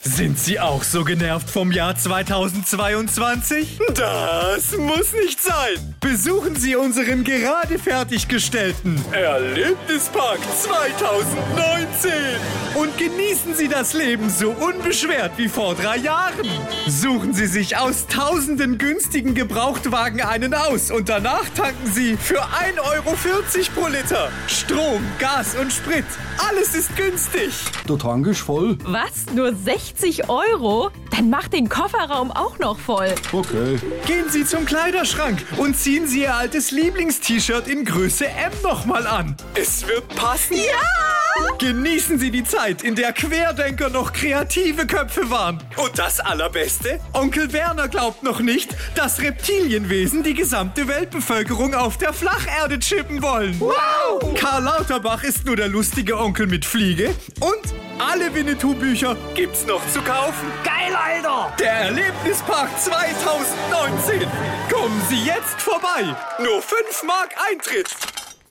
Sind Sie auch so genervt vom Jahr 2022? Das muss nicht sein. Besuchen Sie unseren gerade fertiggestellten Erlebnispark 2019 und genießen Sie das Leben so unbeschwert wie vor 3 Jahren. Suchen Sie sich aus tausenden günstigen Gebrauchtwagen einen aus und danach tanken Sie für 1,40 Euro pro Liter. Strom, Gas und Sprit, alles ist günstig. Der Tank ist voll. Was? Nur 60 Euro? Dann mach den Kofferraum auch noch voll. Okay. Gehen Sie zum Kleiderschrank und ziehen Sie Ihr altes Lieblingst-T-Shirt in Größe M nochmal an. Es wird passen. Ja! Genießen Sie die Zeit, in der Querdenker noch kreative Köpfe waren. Und das Allerbeste? Onkel Werner glaubt noch nicht, dass Reptilienwesen die gesamte Weltbevölkerung auf der Flacherde chippen wollen. Wow! Karl Lauterbach ist nur der lustige Onkel mit Fliege und alle Winnetou-Bücher gibt's noch zu kaufen. Geil, Alter! Der Erlebnispark 2019. Kommen Sie jetzt vorbei. Nur 5 Mark Eintritt.